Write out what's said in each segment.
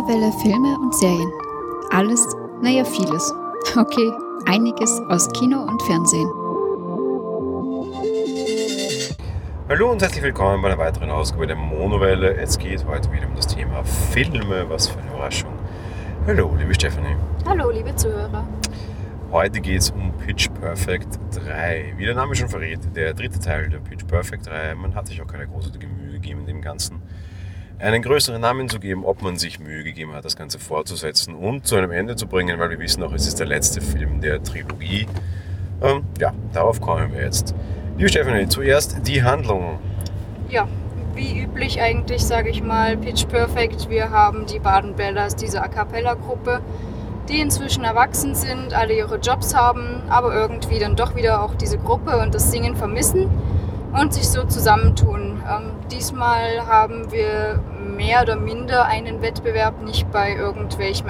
Monowelle Filme und Serien. Alles, naja vieles. Okay, einiges aus Kino und Fernsehen. Hallo und herzlich willkommen bei einer weiteren Ausgabe der Monowelle. Es geht heute wieder um das Thema Filme. Was für eine Überraschung. Hallo, liebe Stefanie. Hallo, liebe Zuhörer. Heute geht es um Pitch Perfect 3. Wie der Name schon verrät, der dritte Teil der Pitch Perfect 3. Man hat sich auch keine großartige Mühe gegeben, dem Ganzen einen größeren Namen zu geben, ob man sich Mühe gegeben hat, das Ganze fortzusetzen und zu einem Ende zu bringen, weil wir wissen auch, es ist der letzte Film der Trilogie. Darauf kommen wir jetzt. Liebe Stefanie, zuerst die Handlung. Ja, wie üblich eigentlich, sage ich mal, Pitch Perfect. Wir haben die Baden-Bellas, diese A-Cappella-Gruppe, die inzwischen erwachsen sind, alle ihre Jobs haben, aber irgendwie dann doch wieder auch diese Gruppe und das Singen vermissen und sich so zusammentun. Diesmal haben wir mehr oder minder einen Wettbewerb, nicht bei irgendwelchen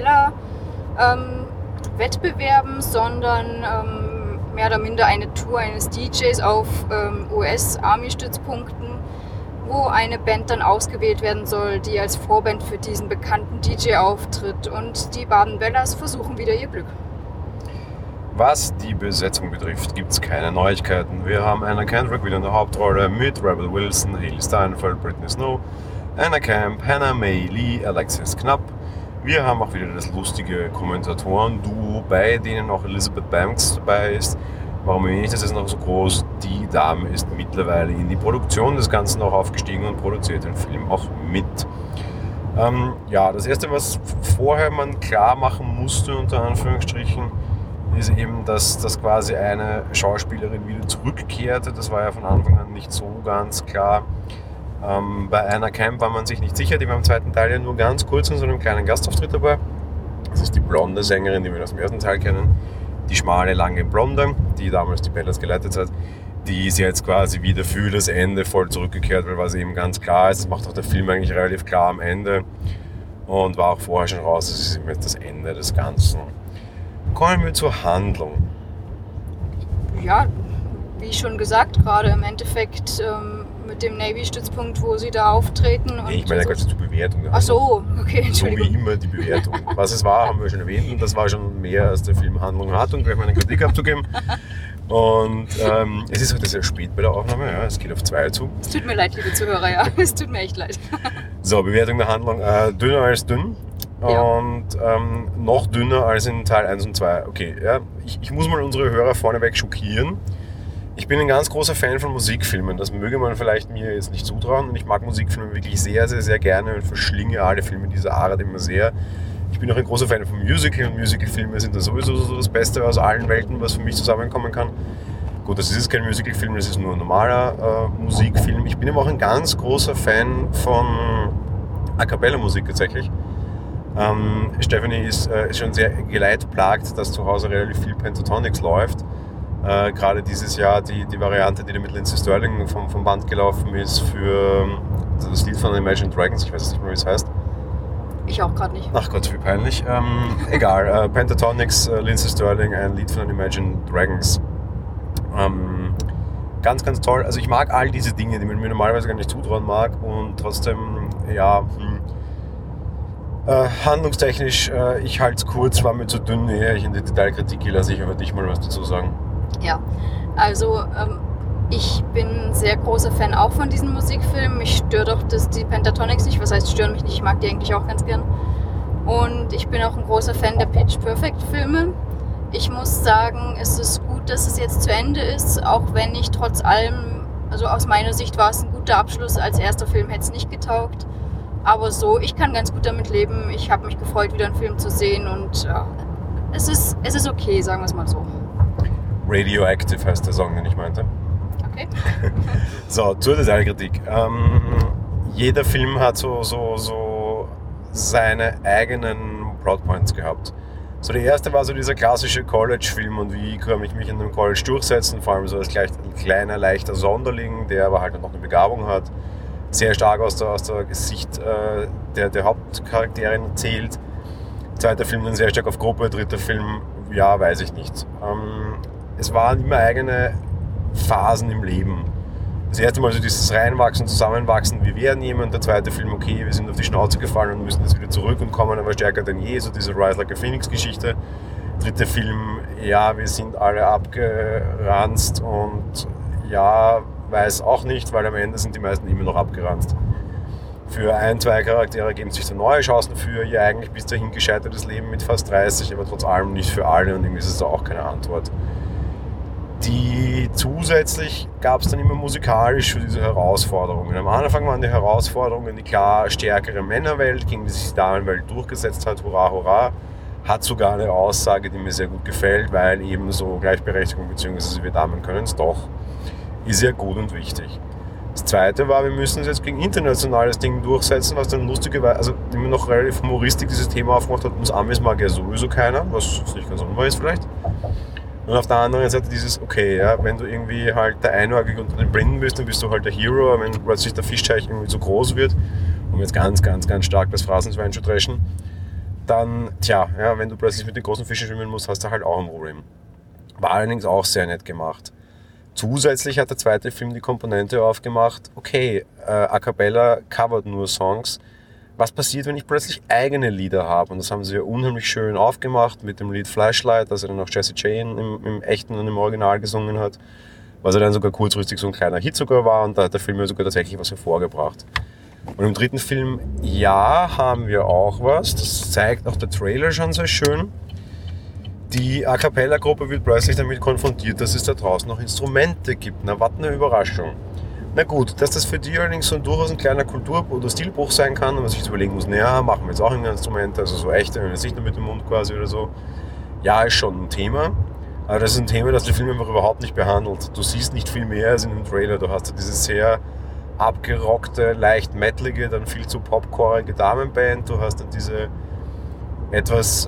A-Cappella-Wettbewerben, sondern mehr oder minder eine Tour eines DJs auf US-Army-Stützpunkten, wo eine Band dann ausgewählt werden soll, die als Vorband für diesen bekannten DJ auftritt. Und die Baden-Bellas versuchen wieder ihr Glück. Was die Besetzung betrifft, gibt es keine Neuigkeiten. Wir haben Anna Kendrick wieder in der Hauptrolle mit Rebel Wilson, Hailee Steinfeld, Britney Snow, Anna Camp, Hannah Mae Lee, Alexis Knapp. Wir haben auch wieder das lustige Kommentatoren-Duo, bei denen auch Elizabeth Banks dabei ist. Warum erwähne ich das jetzt noch so groß? Die Dame ist mittlerweile in die Produktion des Ganzen auch aufgestiegen und produziert den Film auch mit. Das erste, was vorher man klar machen musste, unter Anführungsstrichen, ist eben, dass quasi eine Schauspielerin wieder zurückkehrte. Das war ja von Anfang an nicht so ganz klar. Bei Anna Camp war man sich nicht sicher, die war im zweiten Teil ja nur ganz kurz in so einem kleinen Gastauftritt dabei. Das ist die blonde Sängerin, die wir aus dem ersten Teil kennen. Die schmale, lange Blonde, die damals die Bellas geleitet hat, die ist jetzt quasi wieder für das Ende voll zurückgekehrt, weil was eben ganz klar ist, das macht auch der Film eigentlich relativ klar am Ende und war auch vorher schon raus, das ist eben jetzt das Ende des Ganzen. Kommen wir zur Handlung. Ja, wie schon gesagt, gerade im Endeffekt mit dem Navy-Stützpunkt, wo sie da auftreten. Und ich meine ja gerade zur Bewertung. Ach so, okay, Entschuldigung. So wie immer die Bewertung. Was es war, haben wir schon erwähnt und das war schon mehr, als der Film Handlung hat, um gleich meine Kritik abzugeben. Und es ist heute sehr spät bei der Aufnahme, ja, es geht auf 2 zu. Es tut mir leid, liebe Zuhörer, ja, es tut mir echt leid. So, Bewertung der Handlung, dünner als dünn. Ja. Und noch dünner als in Teil 1 und 2. Okay, ja, ich muss mal unsere Hörer vorneweg schockieren. Ich bin ein ganz großer Fan von Musikfilmen. Das möge man vielleicht mir jetzt nicht zutrauen. Und ich mag Musikfilme wirklich sehr, sehr, sehr gerne und verschlinge alle Filme dieser Art immer sehr. Ich bin auch ein großer Fan von Musical und Musicalfilme sind da sowieso so das Beste aus allen Welten, was für mich zusammenkommen kann. Gut, das ist jetzt kein Musicalfilm, das ist nur ein normaler Musikfilm. Ich bin aber auch ein ganz großer Fan von A-Cappella-Musik tatsächlich. Stephanie ist schon sehr geleitplagt, dass zu Hause relativ viel Pentatonix läuft. Gerade dieses Jahr die Variante, die da mit Lindsey Sterling vom Band gelaufen ist für das Lied von Imagine Dragons, ich weiß nicht mehr, wie es heißt. Ich auch gerade nicht. Ach Gott, wie peinlich. Egal, Pentatonix, Lindsey Sterling, ein Lied von den Imagine Dragons. Ganz, ganz toll. Also ich mag all diese Dinge, die man mir normalerweise gar nicht zutrauen mag und trotzdem, handlungstechnisch, ich halte es kurz, war mir zu dünn, ehe ich in die Detailkritik gehe, lasse ich aber dich mal was dazu sagen. Ja, also ich bin ein sehr großer Fan auch von diesen Musikfilmen. Mich stört auch die Pentatonix nicht, was heißt stören mich nicht, ich mag die eigentlich auch ganz gern. Und ich bin auch ein großer Fan der Pitch Perfect Filme. Ich muss sagen, es ist gut, dass es jetzt zu Ende ist, auch wenn ich trotz allem, also aus meiner Sicht war es ein guter Abschluss, als erster Film hätte es nicht getaugt. Aber so, ich kann ganz gut damit leben. Ich habe mich gefreut, wieder einen Film zu sehen und es ist okay, sagen wir es mal so. Radioactive heißt der Song, den ich meinte. Okay. So, zur Detailkritik. Jeder Film hat so seine eigenen Plotpoints gehabt. So, der erste war so dieser klassische College-Film und wie kann ich mich in einem College durchsetzen, vor allem so als kleiner, leichter Sonderling, der aber halt noch eine Begabung hat. Sehr stark aus der Sicht der Hauptcharakterin erzählt. Zweiter Film dann sehr stark auf Gruppe, dritter Film, ja, weiß ich nicht. Es waren immer eigene Phasen im Leben. das erste Mal so dieses Reinwachsen, Zusammenwachsen, wir werden jemand, der zweite Film, okay, wir sind auf die Schnauze gefallen und müssen jetzt wieder zurück und kommen aber stärker denn je, so diese Rise Like a Phoenix Geschichte. Dritter Film, ja, wir sind alle abgeranzt und ja, weiß auch nicht, weil am Ende sind die meisten immer noch abgeranzt. Für 1-2 Charaktere geben sich so neue Chancen für ihr eigentlich bis dahin gescheitertes Leben mit fast 30, aber trotz allem nicht für alle und irgendwie ist es da auch keine Antwort. Zusätzlich gab es dann immer musikalisch für diese Herausforderungen. Am Anfang waren die Herausforderungen die klar stärkere Männerwelt, gegen die sich die Damenwelt durchgesetzt hat, hurra, hurra. Hat sogar eine Aussage, die mir sehr gut gefällt, weil eben so Gleichberechtigung bzw. wir Damen können es doch, ist ja gut und wichtig. Das zweite war, wir müssen es jetzt gegen internationales Ding durchsetzen, was dann lustigerweise, also immer noch relativ humoristisch dieses Thema aufgemacht hat, uns Amis mag ja sowieso keiner, was nicht ganz unwahr ist vielleicht. Und auf der anderen Seite dieses, okay, ja, wenn du irgendwie halt der Einäugige unter den Blinden bist, dann bist du halt der Hero, wenn plötzlich der Fischteich irgendwie zu groß wird, um jetzt ganz stark das Phrasenschwein zu dreschen, dann, tja, ja, wenn du plötzlich mit den großen Fischen schwimmen musst, hast du halt auch ein Problem. War allerdings auch sehr nett gemacht. Zusätzlich hat der zweite Film die Komponente aufgemacht, okay, A Cappella covert nur Songs. Was passiert, wenn ich plötzlich eigene Lieder habe? Und das haben sie ja unheimlich schön aufgemacht mit dem Lied Flashlight, das er dann auch Jesse Jane im echten und im Original gesungen hat, was ja dann sogar kurzfristig so ein kleiner Hit sogar war und da hat der Film ja sogar tatsächlich was hervorgebracht. Und im dritten Film, ja, haben wir auch was, das zeigt auch der Trailer schon sehr schön. Die A Cappella-Gruppe wird plötzlich damit konfrontiert, dass es da draußen noch Instrumente gibt. Na, was eine Überraschung. Na gut, dass das für die allerdings so durchaus ein kleiner Kultur- oder Stilbruch sein kann und man sich jetzt überlegen muss, naja, machen wir jetzt auch ein Instrument, also so echte, jetzt nicht nur mit dem Mund quasi oder so. Ja, ist schon ein Thema, aber das ist ein Thema, das der Film einfach überhaupt nicht behandelt. Du siehst nicht viel mehr als in dem Trailer. Du hast ja diese sehr abgerockte, leicht metalige, dann viel zu popcorige Damenband. Du hast dann diese etwas,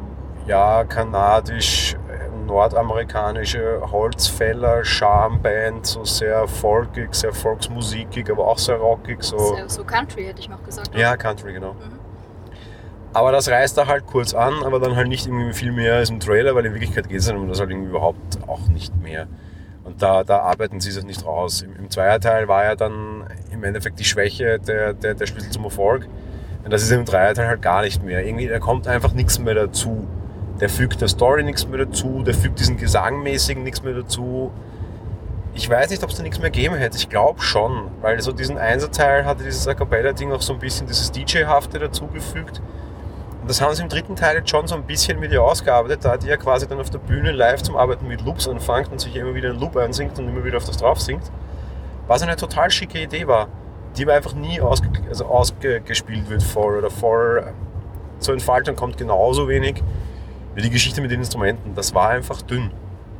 kanadisch nordamerikanische Holzfäller, Charmband, so sehr folkig, sehr volksmusikig, aber auch sehr rockig. So Country hätte ich noch gesagt. Oder? Ja, Country, genau. Aber das reißt da halt kurz an, aber dann halt nicht irgendwie viel mehr als im Trailer, weil in Wirklichkeit geht es dann um das halt irgendwie überhaupt auch nicht mehr. Und da arbeiten sie es nicht raus. Im Zweierteil war ja dann im Endeffekt die Schwäche der Schlüssel zum Erfolg. Und das ist im Dreierteil halt gar nicht mehr. Irgendwie, da kommt einfach nichts mehr dazu. Der fügt der Story nichts mehr dazu, der fügt diesen Gesangmäßigen nichts mehr dazu. Ich weiß nicht, ob es da nichts mehr geben hätte. Ich glaube schon, weil so diesen Einserteil hatte dieses A Cappella-Ding auch so ein bisschen dieses DJ-hafte dazugefügt. Und das haben sie im dritten Teil jetzt schon so ein bisschen mit ihr ausgearbeitet, da die ja quasi dann auf der Bühne live zum Arbeiten mit Loops anfängt und sich immer wieder einen Loop einsingt und immer wieder auf das drauf singt. Was eine total schicke Idee war, die aber einfach nie ausgespielt wird voll oder voll zur Entfaltung kommt genauso wenig wie die Geschichte mit den Instrumenten. Das war einfach dünn.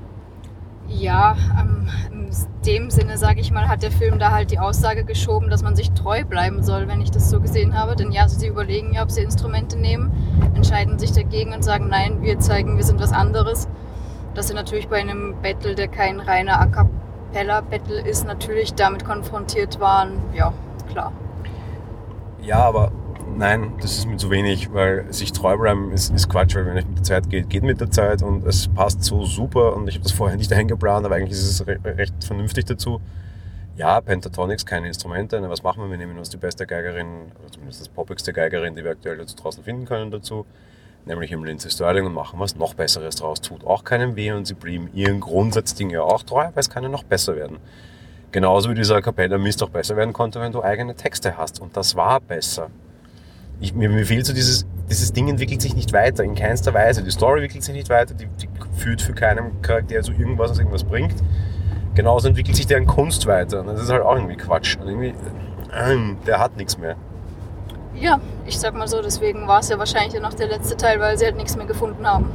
Ja, in dem Sinne, sage ich mal, hat der Film da halt die Aussage geschoben, dass man sich treu bleiben soll, wenn ich das so gesehen habe. Denn ja, also sie überlegen ja, ob sie Instrumente nehmen, entscheiden sich dagegen und sagen, nein, wir zeigen, wir sind was anderes. Dass sie natürlich bei einem Battle, der kein reiner A Cappella-Battle ist, natürlich damit konfrontiert waren. Ja, klar. Ja, aber nein, das ist mir zu wenig, weil sich treu bleiben ist Quatsch, weil wenn es mit der Zeit geht mit der Zeit und es passt so super und ich habe das vorher nicht eingeplant, aber eigentlich ist es recht vernünftig dazu. Ja, Pentatonix, keine Instrumente, was machen wir? Wir nehmen uns die beste Geigerin, oder zumindest das poppigste Geigerin, die wir aktuell dazu draußen finden können dazu, nämlich im Lindsay Sterling und machen was noch Besseres draus. Tut auch keinem weh und sie blieben ihren Grundsatzding ja auch treu, weil es kann ja noch besser werden. Genauso wie dieser A Cappella Mist auch besser werden konnte, wenn du eigene Texte hast und das war besser. Mir fehlt so dieses Ding entwickelt sich nicht weiter, in keinster Weise. Die Story entwickelt sich nicht weiter, die führt für keinen Charakter zu irgendwas, was irgendwas bringt. Genauso entwickelt sich deren Kunst weiter. Und das ist halt auch irgendwie Quatsch. Und irgendwie, der hat nichts mehr. Ja, ich sag mal so, deswegen war es ja wahrscheinlich dann noch der letzte Teil, weil sie halt nichts mehr gefunden haben.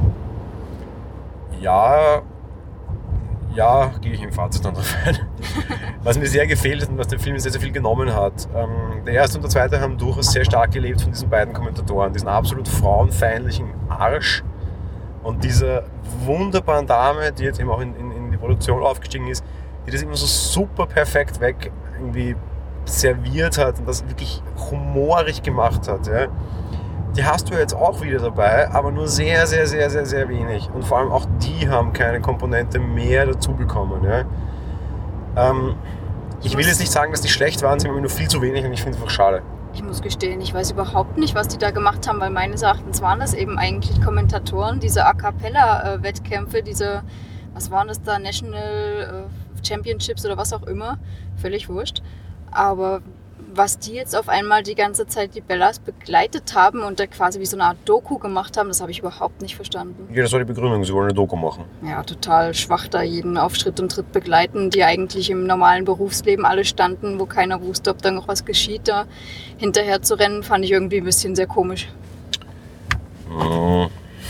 Ja, gehe ich im Fazit dann drauf ein. Was mir sehr gefehlt ist und was der Film sehr, sehr viel genommen hat. Der erste und der zweite haben durchaus sehr stark gelebt von diesen beiden Kommentatoren. Diesen absolut frauenfeindlichen Arsch und dieser wunderbaren Dame, die jetzt eben auch in die Produktion aufgestiegen ist, die das immer so super perfekt weg irgendwie serviert hat und das wirklich humorig gemacht hat. Ja. Die hast du jetzt auch wieder dabei, aber nur sehr, sehr, sehr, sehr, sehr wenig. Und vor allem auch die haben keine Komponente mehr dazu bekommen. Ja. Ich will jetzt nicht sagen, dass die schlecht waren, sie waren nur viel zu wenig und ich finde es einfach schade. Ich muss gestehen, ich weiß überhaupt nicht, was die da gemacht haben, weil meines Erachtens waren das eben eigentlich Kommentatoren, diese A Cappella-Wettkämpfe, diese, was waren das da, National Championships oder was auch immer, völlig wurscht. Aber was die jetzt auf einmal die ganze Zeit die Bellas begleitet haben und da quasi wie so eine Art Doku gemacht haben, das habe ich überhaupt nicht verstanden. Ja, das war die Begründung, sie wollen eine Doku machen. Ja, total schwach da jeden auf Schritt und Tritt begleiten, die eigentlich im normalen Berufsleben alle standen, wo keiner wusste, ob da noch was geschieht, da hinterher zu rennen, fand ich irgendwie ein bisschen sehr komisch. Oh.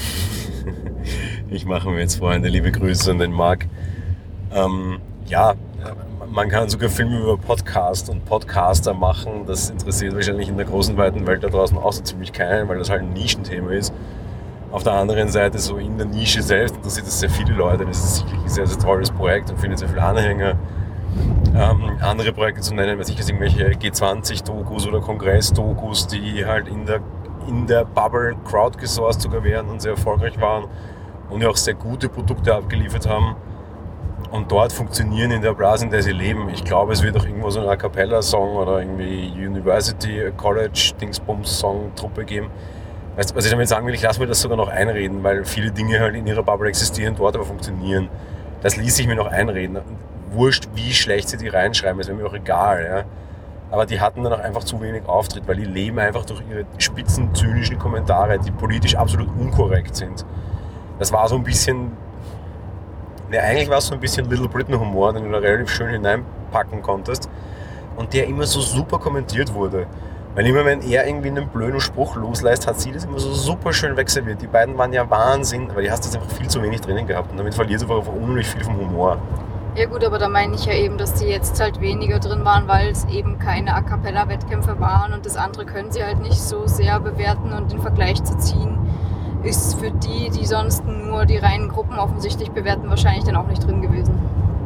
Ich mache mir jetzt Freunde, liebe Grüße an den Marc. Ja, man kann sogar Filme über Podcast und Podcaster machen. Das interessiert wahrscheinlich in der großen, weiten Welt da draußen auch so ziemlich keinen, weil das halt ein Nischenthema ist. Auf der anderen Seite, so in der Nische selbst interessiert es sehr viele Leute. Das ist sicherlich ein sehr, sehr tolles Projekt und findet sehr viele Anhänger. Andere Projekte zu nennen, weiß ich, jetzt irgendwelche G20-Dokus oder Kongress-Dokus, die halt in der Bubble crowdgesourced sogar wären und sehr erfolgreich waren und ja auch sehr gute Produkte abgeliefert haben. Und dort funktionieren in der Blase, in der sie leben. Ich glaube, es wird auch irgendwo so eine A Cappella-Song oder irgendwie University, College, Dingsbums-Song-Truppe geben. Weißt du, was ich damit sagen will? Ich lasse mir das sogar noch einreden, weil viele Dinge halt in ihrer Bubble existieren, dort aber funktionieren. Das ließ sich mir noch einreden. Wurscht, wie schlecht sie die reinschreiben, ist mir auch egal. Ja? Aber die hatten dann auch einfach zu wenig Auftritt, weil die leben einfach durch ihre spitzen, zynischen Kommentare, die politisch absolut unkorrekt sind. Das war so ein bisschen... Ja, eigentlich war es so ein bisschen Little Britain Humor, den du da relativ schön hineinpacken konntest und der immer so super kommentiert wurde. Weil immer wenn er irgendwie einen blöden Spruch loslässt, hat sie das immer so super schön wegserviert. Die beiden waren ja Wahnsinn, aber die hast jetzt einfach viel zu wenig drinnen gehabt und damit verliert sie einfach unheimlich viel vom Humor. Ja gut, aber da meine ich ja eben, dass die jetzt halt weniger drin waren, weil es eben keine A Cappella-Wettkämpfe waren und das andere können sie halt nicht so sehr bewerten und den Vergleich zu ziehen ist für die, die sonst nur die reinen Gruppen offensichtlich bewerten, wahrscheinlich dann auch nicht drin gewesen.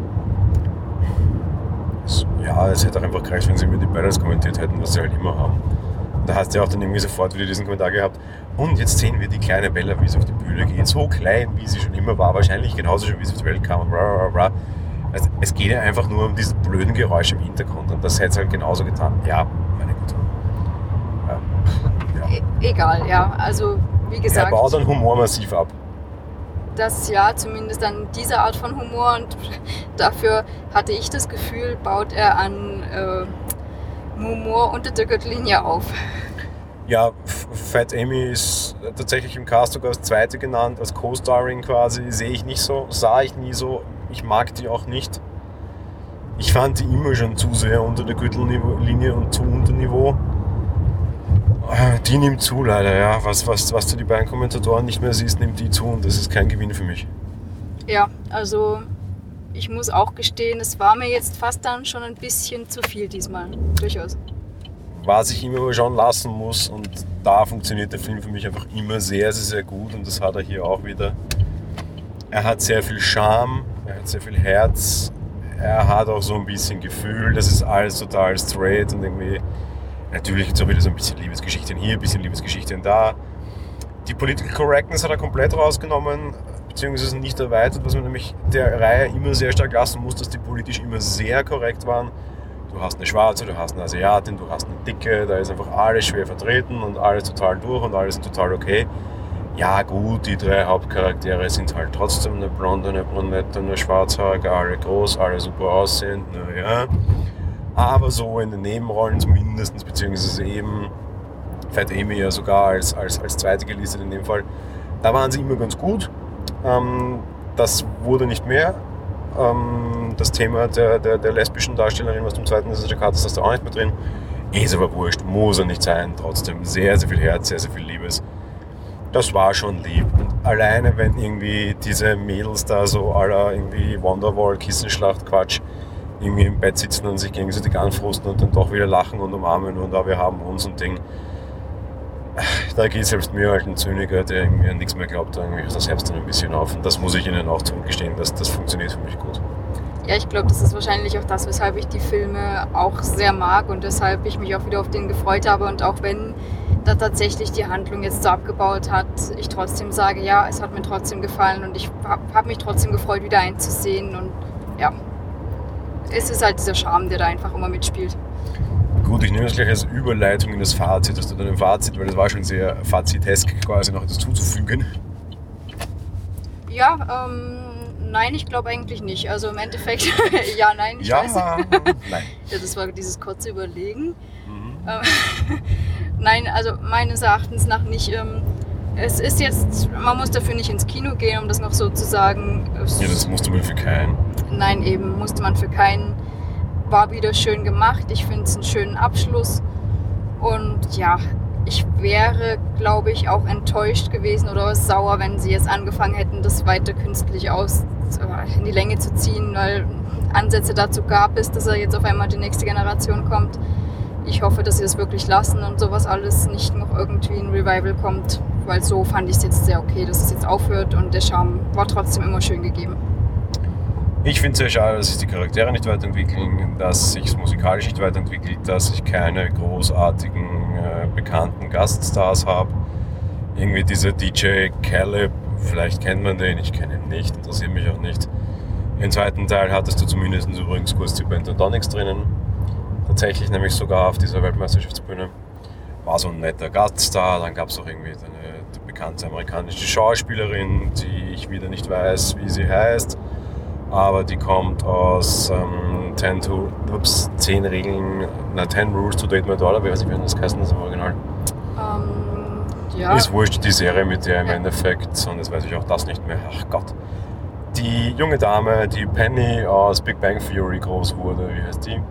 Ja, es hätte auch einfach gereicht, wenn sie mir die Battles kommentiert hätten, was sie halt immer haben. Da hast du ja auch dann irgendwie sofort wieder diesen Kommentar gehabt. Und jetzt sehen wir die kleine Bella, wie sie auf die Bühne geht. So klein, wie sie schon immer war. Wahrscheinlich genauso schön, wie sie auf die Welt kam. Also, es geht ja einfach nur um diese blöden Geräusche im Hintergrund. Und das hätte es halt genauso getan. Ja, meine Güte. Ja. Egal, ja. Also, wie gesagt, er baut dann Humor massiv ab. Das ja, zumindest an dieser Art von Humor und dafür hatte ich das Gefühl, baut er an Humor unter der Gürtellinie auf. Ja, Fat Amy ist tatsächlich im Cast sogar als Zweite genannt, als Co-Starring quasi, sehe ich nicht so, sah ich nie so, ich mag die auch nicht. Ich fand die immer schon zu sehr unter der Gürtellinie und zu unter Niveau. Die nimmt zu leider, ja. Was du die beiden Kommentatoren nicht mehr siehst, nimmt die zu und das ist kein Gewinn für mich. Ja, also ich muss auch gestehen, es war mir jetzt fast dann schon ein bisschen zu viel diesmal, durchaus. Was ich immer schauen lassen muss und da funktioniert der Film für mich einfach immer sehr, sehr, sehr gut und das hat er hier auch wieder. Er hat sehr viel Charme, er hat sehr viel Herz, er hat auch so ein bisschen Gefühl, das ist alles total straight und irgendwie... Natürlich gibt es auch wieder so ein bisschen Liebesgeschichten hier, ein bisschen Liebesgeschichten da. Die Political Correctness hat er komplett rausgenommen, beziehungsweise nicht erweitert, was man nämlich der Reihe immer sehr stark lassen muss, dass die politisch immer sehr korrekt waren. Du hast eine Schwarze, du hast eine Asiatin, du hast eine Dicke, da ist einfach alles schwer vertreten und alles total durch und alles sind total okay. Ja gut, die drei Hauptcharaktere sind halt trotzdem eine Blonde, eine Brünette, eine Schwarzhaarige, alle groß, alle super aussehend, naja. Aber so in den Nebenrollen zumindest, beziehungsweise eben Fat Amy ja sogar als Zweite gelistet in dem Fall, da waren sie immer ganz gut. Das wurde nicht mehr. Das Thema der lesbischen Darstellerin, was zum zweiten ist, ist da auch nicht mehr drin. Ist aber wurscht, muss er nicht sein. Trotzdem sehr, sehr viel Herz, sehr, sehr viel Liebes. Das war schon lieb. Und alleine, wenn irgendwie diese Mädels da so aller irgendwie Wonderwall, Kissenschlacht, Quatsch, irgendwie im Bett sitzen und sich gegenseitig anfrusten und dann doch wieder lachen und umarmen und wir haben uns und Ding. Da geht selbst mir halt ein Zyniker, der irgendwie an nichts mehr glaubt, irgendwie das Herz dann ein bisschen auf. Und das muss ich Ihnen auch zugestehen, das funktioniert für mich gut. Ja, ich glaube, das ist wahrscheinlich auch das, weshalb ich die Filme auch sehr mag und weshalb ich mich auch wieder auf den gefreut habe. Und auch wenn da tatsächlich die Handlung jetzt so abgebaut hat, ich trotzdem sage, ja, es hat mir trotzdem gefallen und ich habe mich trotzdem gefreut, wieder einzusehen und ja. es ist halt dieser Charme, der da einfach immer mitspielt. Gut, ich nehme das gleich als Überleitung in das Fazit, dass du dann im Fazit, weil das war schon sehr fazitesk quasi noch etwas zuzufügen. Ja, nein, ich glaube eigentlich nicht. Also im Endeffekt, ja, nein, ich weiß. Nein. Ja, das war dieses kurze Überlegen. Nein, also meines Erachtens nach nicht. Es ist jetzt, man muss dafür nicht ins Kino gehen, um das noch so zu sagen. Ja, das musste man für keinen. Nein, eben musste man für keinen. War wieder schön gemacht. Ich finde es einen schönen Abschluss. Und ja, ich wäre, glaube ich, auch enttäuscht gewesen oder sauer, wenn sie jetzt angefangen hätten, das weiter künstlich in die Länge zu ziehen, weil Ansätze dazu gab es, dass er jetzt auf einmal die nächste Generation kommt. Ich hoffe, dass sie das wirklich lassen und sowas alles nicht noch irgendwie ein Revival kommt, weil so fand ich es jetzt sehr okay, dass es jetzt aufhört und der Charme war trotzdem immer schön gegeben. Ich finde es sehr schade, dass sich die Charaktere nicht weiterentwickeln, dass sich es musikalisch nicht weiterentwickelt, dass ich keine großartigen, bekannten Gaststars habe. Irgendwie dieser DJ Caleb, vielleicht kennt man den, ich kenne ihn nicht, interessiert mich auch nicht. Im zweiten Teil hattest du zumindest übrigens kurz die Pentatonix drinnen. Tatsächlich, nämlich sogar auf dieser Weltmeisterschaftsbühne. War so ein netter Gaststar, dann gab es auch irgendwie die bekannte amerikanische Schauspielerin, die ich wieder nicht weiß, wie sie heißt. Aber die kommt aus 10 Rules to Date My Daughter, wie weiß ich, wie das heißt das im Original? Ja. Ist wurscht, die Serie, mit der im Endeffekt, und jetzt weiß ich auch das nicht mehr, ach Gott. Die junge Dame, die Penny aus Big Bang Theory groß wurde, wie heißt die?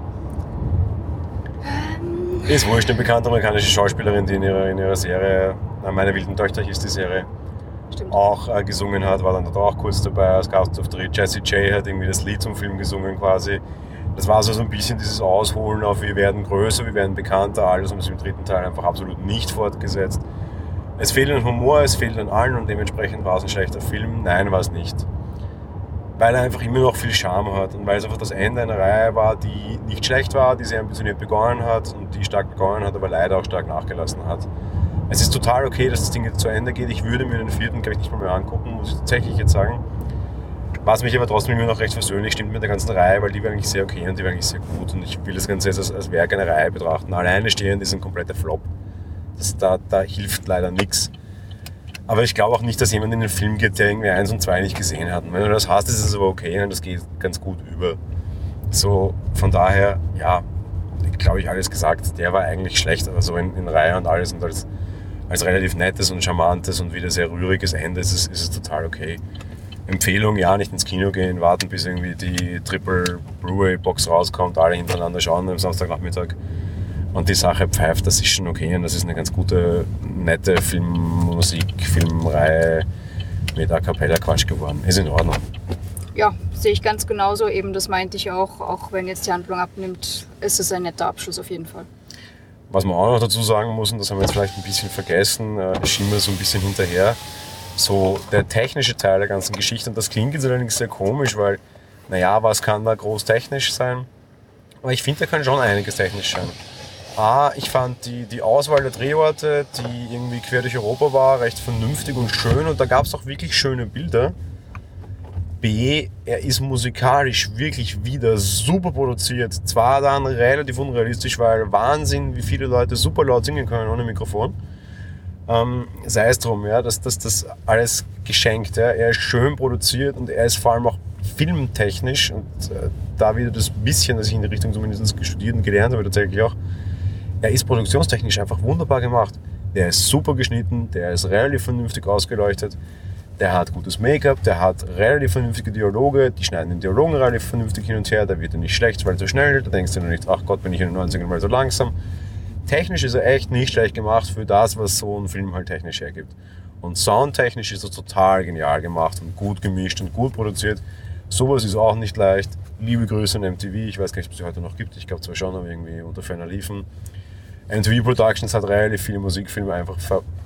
Ist wurscht, eine bekannte amerikanische Schauspielerin, die in ihrer Serie, Meine wilden Töchter hieß die Serie, Stimmt. auch gesungen hat, war dann dort auch kurz dabei als Gastauftritt. Jessie J hat irgendwie das Lied zum Film gesungen quasi. Das war so ein bisschen dieses Ausholen auf wir werden größer, wir werden bekannter, alles haben sie im dritten Teil einfach absolut nicht fortgesetzt. Es fehlt an Humor, es fehlt an allen und dementsprechend war es ein schlechter Film. Nein, war es nicht. Weil er einfach immer noch viel Charme hat und weil es einfach das Ende einer Reihe war, die nicht schlecht war, die sehr ambitioniert begonnen hat und die stark begonnen hat, aber leider auch stark nachgelassen hat. Es ist total okay, dass das Ding jetzt zu Ende geht. Ich würde mir den vierten, glaube ich, nicht mal mehr angucken, muss ich tatsächlich jetzt sagen. Was mich aber trotzdem immer noch recht versöhnlich stimmt mit der ganzen Reihe, weil die war eigentlich sehr okay und die war eigentlich sehr gut und ich will das Ganze jetzt als Werk einer Reihe betrachten. Alleine stehend ist ein kompletter Flop. Da hilft leider nichts. Aber ich glaube auch nicht, dass jemand in den Film geht, der irgendwie 1 und 2 nicht gesehen hat. Und wenn du das hast, ist es aber okay und das geht ganz gut über. So, von daher, ja, glaube ich, alles gesagt. Der war eigentlich schlecht, aber so in Reihe und alles und als relativ nettes und charmantes und wieder sehr rühriges Ende ist es total okay. Empfehlung, ja, nicht ins Kino gehen, warten bis irgendwie die Triple Blu-ray-Box rauskommt, alle hintereinander schauen am Samstagnachmittag und die Sache pfeift, das ist schon okay und das ist eine ganz gute, nette Filmreihe mit A Cappella Quatsch geworden. Ist in Ordnung. Ja, sehe ich ganz genauso, eben das meinte ich auch wenn jetzt die Handlung abnimmt, ist es ein netter Abschluss auf jeden Fall. Was man auch noch dazu sagen muss, und das haben wir jetzt vielleicht ein bisschen vergessen, schien mir so ein bisschen hinterher, so der technische Teil der ganzen Geschichte, und das klingt jetzt allerdings sehr komisch, weil, naja, was kann da groß technisch sein? Aber ich finde, da kann schon einiges technisch sein. A, ich fand die Auswahl der Drehorte, die irgendwie quer durch Europa war, recht vernünftig und schön und da gab es auch wirklich schöne Bilder. B, er ist musikalisch wirklich wieder super produziert. Zwar dann relativ unrealistisch, weil Wahnsinn, wie viele Leute super laut singen können ohne Mikrofon. Sei es drum, ja, das alles geschenkt. Ja. Er ist schön produziert und er ist vor allem auch filmtechnisch und da wieder das bisschen, das ich in die Richtung zumindest studiert und gelernt habe, tatsächlich auch. Er ist produktionstechnisch einfach wunderbar gemacht. Der ist super geschnitten, der ist relativ vernünftig ausgeleuchtet. Der hat gutes Make-up, der hat relativ vernünftige Dialoge, die schneiden den Dialogen relativ vernünftig hin und her, da wird er nicht schlecht, weil er so schnell, da denkst du nur nicht, ach Gott, bin ich in den 90ern mal so langsam. Technisch ist er echt nicht schlecht gemacht für das, was so ein Film halt technisch hergibt. Und soundtechnisch ist er total genial gemacht und gut gemischt und gut produziert. Sowas ist auch nicht leicht. Liebe Grüße an MTV, ich weiß gar nicht, ob es sie heute noch gibt, ich glaube zwar schon, aber irgendwie unter ferner liefen. MTV Productions hat relativ viele Musikfilme einfach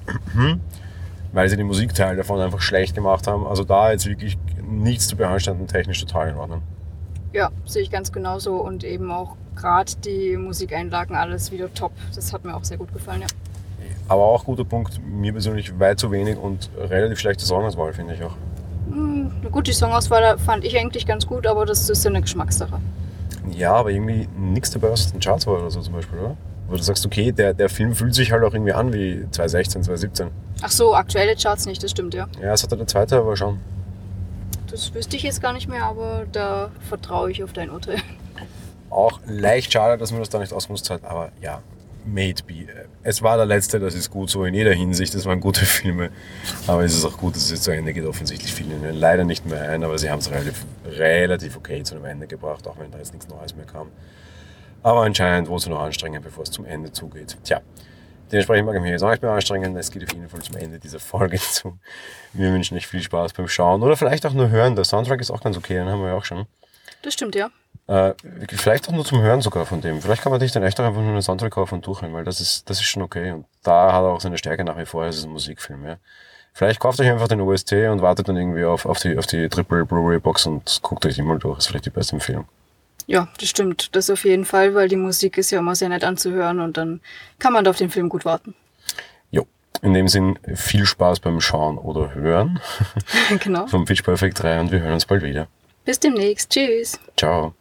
weil sie den Musikteil davon einfach schlecht gemacht haben. Also da jetzt wirklich nichts zu beanstanden, technisch total in Ordnung. Ja, sehe ich ganz genauso und eben auch gerade die Musikeinlagen, alles wieder top. Das hat mir auch sehr gut gefallen, ja. Aber auch guter Punkt, mir persönlich weit zu wenig und relativ schlechte Songauswahl, finde ich auch. Gut, die Songauswahl fand ich eigentlich ganz gut, aber das ist ja eine Geschmackssache. Ja, aber irgendwie nichts dabei, was den Charts war oder so zum Beispiel, oder? Wo du sagst, okay, der Film fühlt sich halt auch irgendwie an wie 2016, 2017. Ach so, aktuelle Charts nicht, das stimmt, ja. Ja, das hat der zweite aber schon. Das wüsste ich jetzt gar nicht mehr, aber da vertraue ich auf dein Urteil. Auch leicht schade, dass man das da nicht ausgenutzt hat, aber ja, Made be. Es war der letzte, das ist gut so in jeder Hinsicht, es waren gute Filme, aber es ist auch gut, dass es jetzt zu Ende geht, offensichtlich fielen mir leider nicht mehr ein, aber sie haben es relativ okay zu einem Ende gebracht, auch wenn da jetzt nichts Neues mehr kam. Aber anscheinend wurde es noch anstrengend, bevor es zum Ende zugeht. Tja, dementsprechend mag ich mich jetzt auch nicht mehr anstrengen, es geht auf jeden Fall zum Ende dieser Folge zu. Wir wünschen euch viel Spaß beim Schauen oder vielleicht auch nur hören, der Soundtrack ist auch ganz okay, den haben wir ja auch schon. Das stimmt, ja. Vielleicht auch nur zum Hören sogar von dem. Vielleicht kann man sich dann echt auch einfach nur einen Soundtrack kaufen und durchhören, weil das ist schon okay. Und da hat er auch seine Stärke nach wie vor, es ist ein Musikfilm. Ja. Vielleicht kauft euch einfach den OST und wartet dann irgendwie auf die Triple Blu-ray Box und guckt euch die mal durch. Das ist vielleicht die beste Empfehlung. Ja, das stimmt. Das auf jeden Fall, weil die Musik ist ja immer sehr nett anzuhören und dann kann man da auf den Film gut warten. Jo, in dem Sinn viel Spaß beim Schauen oder Hören. Genau. Vom Pitch Perfect 3 und wir hören uns bald wieder. Bis demnächst. Tschüss. Ciao.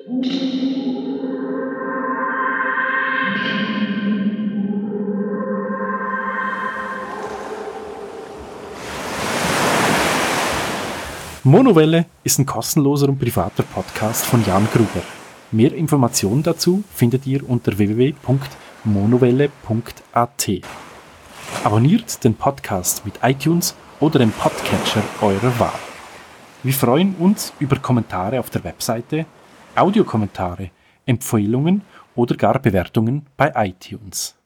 Monowelle ist ein kostenloser und privater Podcast von Jan Gruber. Mehr Informationen dazu findet ihr unter www.monowelle.at. Abonniert den Podcast mit iTunes oder dem Podcatcher eurer Wahl. Wir freuen uns über Kommentare auf der Webseite, Audiokommentare, Empfehlungen oder gar Bewertungen bei iTunes.